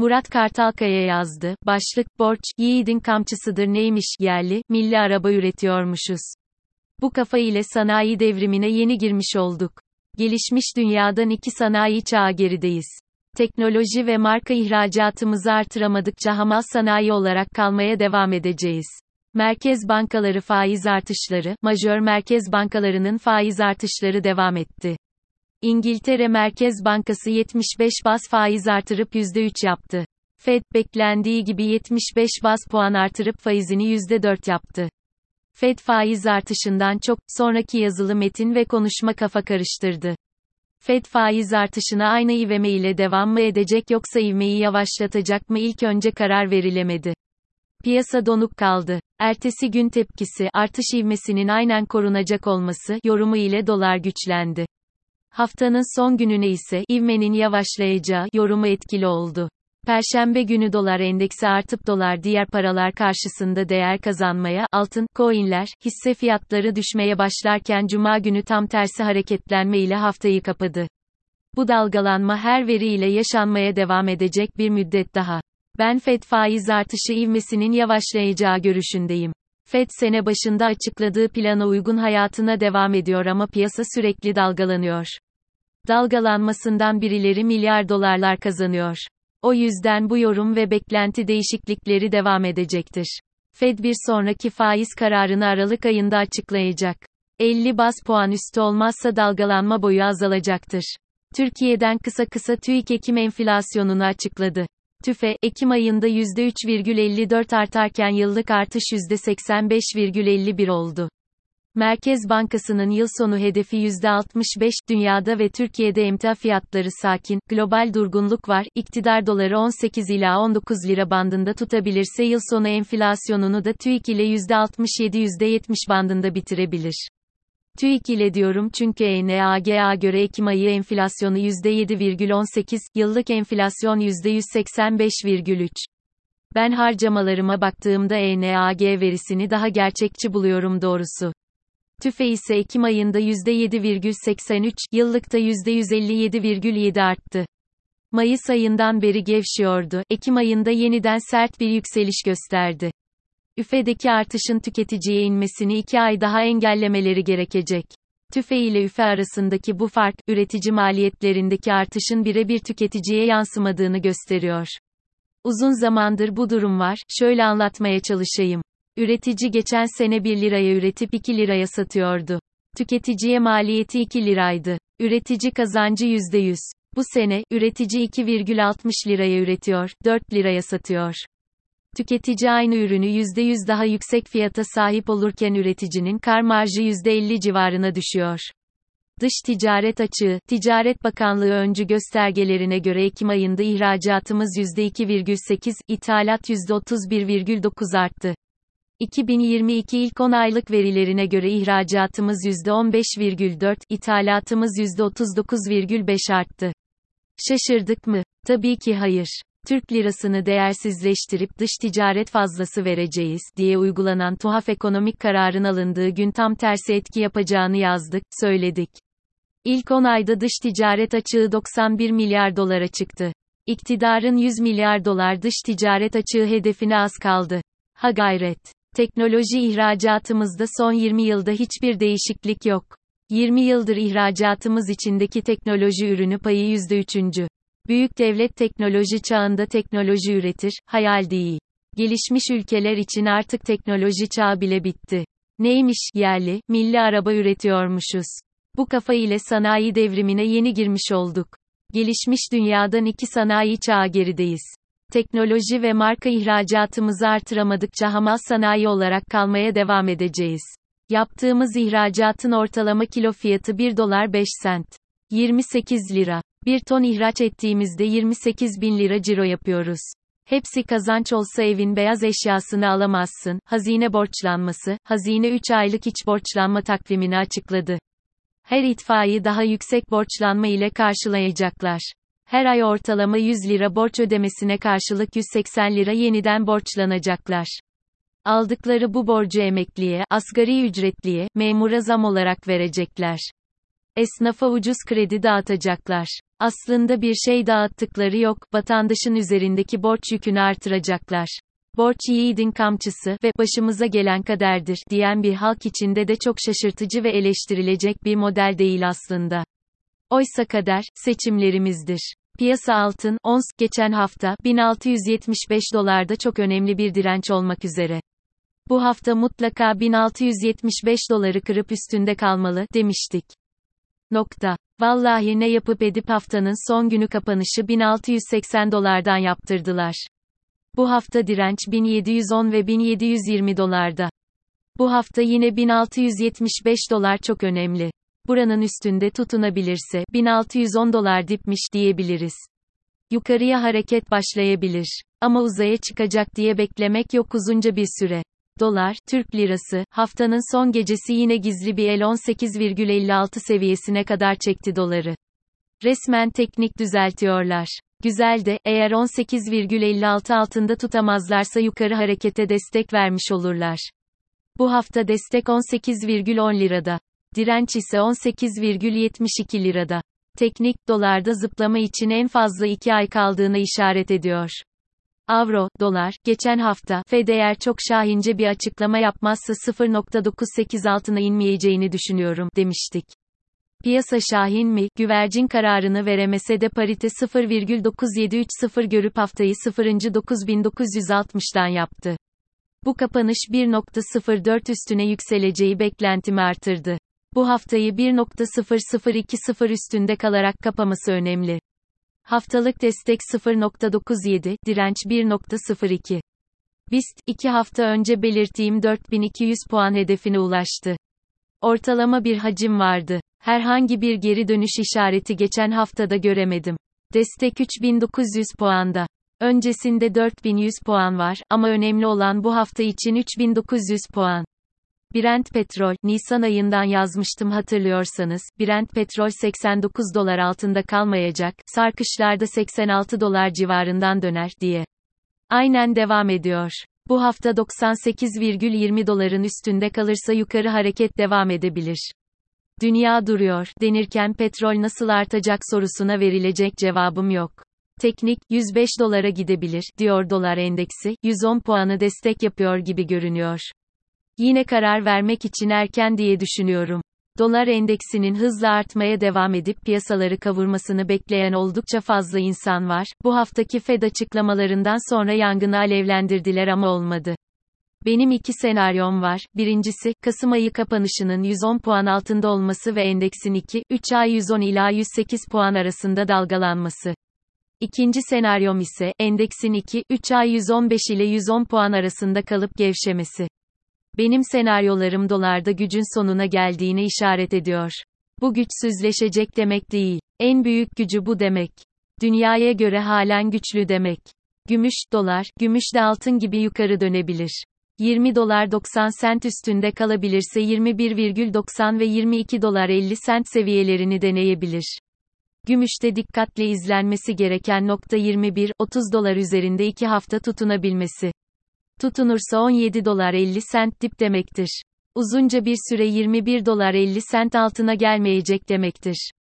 Murat Kartalkaya yazdı. Başlık, borç, yiğidin kamçısıdır neymiş, yerli, milli araba üretiyormuşuz. Bu kafa ile sanayi devrimine yeni girmiş olduk. Gelişmiş dünyadan 2 sanayi çağı gerideyiz. Teknoloji ve marka ihracatımızı artıramadıkça hamal sanayi olarak kalmaya devam edeceğiz. Merkez bankaları faiz artışları, majör merkez bankalarının faiz artışları devam etti. İngiltere Merkez Bankası 75 baz faiz artırıp %3 yaptı. Fed, beklendiği gibi 75 baz puan artırıp faizini %4 yaptı. Fed faiz artışından çok, sonraki yazılı metin ve konuşma kafa karıştırdı. Fed faiz artışına aynı ivme ile devam mı edecek yoksa ivmeyi yavaşlatacak mı ilk önce karar verilemedi. Piyasa donuk kaldı. Ertesi gün tepkisi, artış ivmesinin aynen korunacak olması, yorumu ile dolar güçlendi. Haftanın son gününe ise, ivmenin yavaşlayacağı, yorumu etkili oldu. Perşembe günü dolar endeksi artıp dolar diğer paralar karşısında değer kazanmaya, altın, coinler, hisse fiyatları düşmeye başlarken cuma günü tam tersi hareketlenme ile haftayı kapadı. Bu dalgalanma her veriyle yaşanmaya devam edecek bir müddet daha. Ben Fed faiz artışı ivmesinin yavaşlayacağı görüşündeyim. Fed sene başında açıkladığı plana uygun hayatına devam ediyor ama piyasa sürekli dalgalanıyor. Dalgalanmasından birileri milyar dolarlar kazanıyor. O yüzden bu yorum ve beklenti değişiklikleri devam edecektir. Fed bir sonraki faiz kararını Aralık ayında açıklayacak. 50 baz puan üstü olmazsa dalgalanma boyu azalacaktır. Türkiye'den kısa TÜİK Ekim enflasyonunu açıkladı. TÜFE, Ekim ayında %3,54 artarken yıllık artış %85,51 oldu. Merkez Bankası'nın yıl sonu hedefi %65, dünyada ve Türkiye'de emtia fiyatları sakin, global durgunluk var, iktidar doları 18 ila 19 lira bandında tutabilirse yıl sonu enflasyonunu da TÜİK ile %67-%70 bandında bitirebilir. TÜİK ile diyorum çünkü ENAG'a göre Ekim ayı enflasyonu %7,18, yıllık enflasyon %185,3. Ben harcamalarıma baktığımda ENAG verisini daha gerçekçi buluyorum doğrusu. TÜFE ise Ekim ayında %7,83, yıllıkta %157,7 arttı. Mayıs ayından beri gevşiyordu, Ekim ayında yeniden sert bir yükseliş gösterdi. ÜFE'deki artışın tüketiciye inmesini 2 ay daha engellemeleri gerekecek. TÜFE ile ÜFE arasındaki bu fark, üretici maliyetlerindeki artışın birebir tüketiciye yansımadığını gösteriyor. Uzun zamandır bu durum var, şöyle anlatmaya çalışayım. Üretici geçen sene 1 liraya üretip 2 liraya satıyordu. Tüketiciye maliyeti 2 liraydı. Üretici kazancı %100. Bu sene, üretici 2,60 liraya üretiyor, 4 liraya satıyor. Tüketici aynı ürünü %100 daha yüksek fiyata sahip olurken üreticinin kar marjı %50 civarına düşüyor. Dış ticaret açığı, Ticaret Bakanlığı öncü göstergelerine göre Ekim ayında ihracatımız %2,8, ithalat %31,9 arttı. 2022 ilk 10 aylık verilerine göre ihracatımız %15,4, ithalatımız %39,5 arttı. Şaşırdık mı? Tabii ki hayır. Türk lirasını değersizleştirip dış ticaret fazlası vereceğiz diye uygulanan tuhaf ekonomik kararın alındığı gün tam tersi etki yapacağını yazdık, söyledik. İlk 10 ayda dış ticaret açığı 91 milyar dolara çıktı. İktidarın 100 milyar dolar dış ticaret açığı hedefine az kaldı. Ha gayret. Teknoloji ihracatımızda son 20 yılda hiçbir değişiklik yok. 20 yıldır ihracatımız içindeki teknoloji ürünü payı %3. Büyük devlet teknoloji çağında teknoloji üretir, hayal değil. Gelişmiş ülkeler için artık teknoloji çağı bile bitti. Neymiş, yerli, milli araba üretiyormuşuz. Bu kafa ile sanayi devrimine yeni girmiş olduk. Gelişmiş dünyadan 2 sanayi çağı gerideyiz. Teknoloji ve marka ihracatımızı artıramadıkça hamal sanayi olarak kalmaya devam edeceğiz. Yaptığımız ihracatın ortalama kilo fiyatı 1 dolar 5 sent. 28 lira. 1 ton ihraç ettiğimizde 28 bin lira ciro yapıyoruz. Hepsi kazanç olsa evin beyaz eşyasını alamazsın. Hazine borçlanması, hazine 3 aylık iç borçlanma takvimini açıkladı. Her itfaiye daha yüksek borçlanma ile karşılayacaklar. Her ay ortalama 100 lira borç ödemesine karşılık 180 lira yeniden borçlanacaklar. Aldıkları bu borcu emekliye, asgari ücretliye, memura zam olarak verecekler. Esnafa ucuz kredi dağıtacaklar. Aslında bir şey dağıttıkları yok, vatandaşın üzerindeki borç yükünü artıracaklar. Borç yiğidin kamçısı ve başımıza gelen kaderdir diyen bir halk içinde de çok şaşırtıcı ve eleştirilecek bir model değil aslında. Oysa kader, seçimlerimizdir. Piyasa altın, ons, geçen hafta, 1675 dolarda çok önemli bir direnç olmak üzere. Bu hafta mutlaka 1675 doları kırıp üstünde kalmalı, demiştik. Vallahi ne yapıp edip haftanın son günü kapanışı 1680 dolardan yaptırdılar. Bu hafta direnç 1710 ve 1720 dolarda. Bu hafta yine 1675 dolar çok önemli. Buranın üstünde tutunabilirse, 1610 dolar dipmiş diyebiliriz. Yukarıya hareket başlayabilir. Ama uzaya çıkacak diye beklemek yok uzunca bir süre. Dolar, Türk lirası, haftanın son gecesi yine gizli bir el 18,56 seviyesine kadar çekti doları. Resmen teknik düzeltiyorlar. Güzel de, eğer 18,56 altında tutamazlarsa yukarı harekete destek vermiş olurlar. Bu hafta destek 18,10 lirada. Direnç ise 18,72 lirada. Teknik, dolarda zıplama için en fazla 2 ay kaldığına işaret ediyor. Avro, dolar, geçen hafta, Fed eğer çok şahince bir açıklama yapmazsa 0,98 altına inmeyeceğini düşünüyorum, demiştik. Piyasa şahin mi, güvercin kararını veremese de parite 0,9730 görüp haftayı 0,9960'dan yaptı. Bu kapanış 1,04 üstüne yükseleceği beklentimi artırdı. Bu haftayı 1,0020 üstünde kalarak kapaması önemli. Haftalık destek 0,97, direnç 1,02. BIST, 2 hafta önce belirttiğim 4200 puan hedefine ulaştı. Ortalama bir hacim vardı. Herhangi bir geri dönüş işareti geçen haftada göremedim. Destek 3900 puanda. Öncesinde 4100 puan var, ama önemli olan bu hafta için 3900 puan. Brent petrol, Nisan ayından yazmıştım hatırlıyorsanız, Brent petrol 89 dolar altında kalmayacak, sarkışlarda 86 dolar civarından döner, diye. Aynen devam ediyor. Bu hafta 98,20 doların üstünde kalırsa yukarı hareket devam edebilir. Dünya duruyor, denirken petrol nasıl artacak sorusuna verilecek cevabım yok. Teknik, 105 dolara gidebilir, diyor dolar endeksi, 110 puanı destek yapıyor gibi görünüyor. Yine karar vermek için erken diye düşünüyorum. Dolar endeksinin hızla artmaya devam edip piyasaları kavurmasını bekleyen oldukça fazla insan var. Bu haftaki Fed açıklamalarından sonra yangını alevlendirdiler ama olmadı. Benim 2 senaryom var. Birincisi, Kasım ayı kapanışının 110 puan altında olması ve endeksin 2-3 ay 110 ila 108 puan arasında dalgalanması. İkinci senaryom ise, endeksin 2-3 ay 115 ile 110 puan arasında kalıp gevşemesi. Benim senaryolarım dolarda gücün sonuna geldiğine işaret ediyor. Bu güçsüzleşecek demek değil. En büyük gücü bu demek. Dünyaya göre halen güçlü demek. Gümüş, dolar, gümüş de altın gibi yukarı dönebilir. 20 dolar 90 sent üstünde kalabilirse 21,90 ve 22 dolar 50 sent seviyelerini deneyebilir. Gümüşte dikkatle izlenmesi gereken nokta 21-30 dolar üzerinde 2 hafta tutunabilmesi. Tutunursa 17 dolar 50 sent dip demektir. Uzunca bir süre 21 dolar 50 sent altına gelmeyecek demektir.